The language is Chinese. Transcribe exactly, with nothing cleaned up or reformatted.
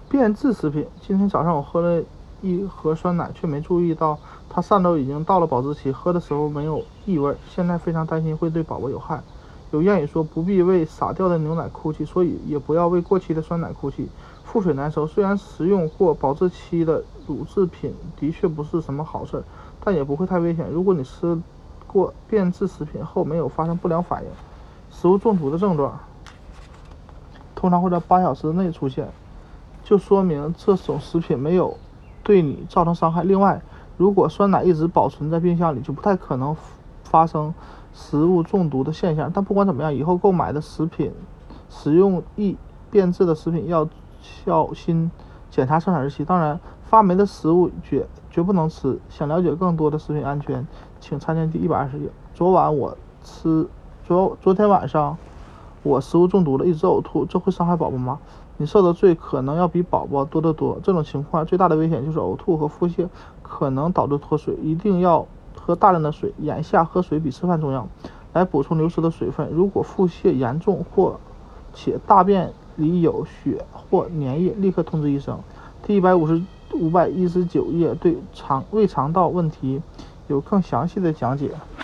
变质食品。今天早上我喝了一盒酸奶，却没注意到它上周已经到了保质期，喝的时候没有异味，现在非常担心会对宝宝有害。有谚语说不必为洒掉的牛奶哭泣，所以也不要为过期的酸奶哭泣。覆水难收，虽然食用过保质期的乳制品的确不是什么好事，但也不会太危险。如果你吃过变质食品后没有发生不良反应、食物中毒的症状，通常会在八小时内出现，就说明这种食品没有对你造成伤害。另外，如果酸奶一直保存在冰箱里，就不太可能发生食物中毒的现象。但不管怎么样，以后购买的食品使用易变质的食品要小心检查生产日期。当然，发霉的食物绝绝不能吃。想了解更多的食品安全，请参见第一百二十页。昨晚我吃昨昨天晚上我食物中毒了，一直呕吐，这会伤害宝宝吗？你受的罪可能要比宝宝多得多。这种情况最大的危险就是呕吐和腹泻可能导致脱水，一定要喝大量的水。眼下喝水比吃饭重要，来补充流失的水分。如果腹泻严重或且大便里有血或粘液，立刻通知医生。第一百五十五百一十九页对肠胃肠道问题有更详细的讲解。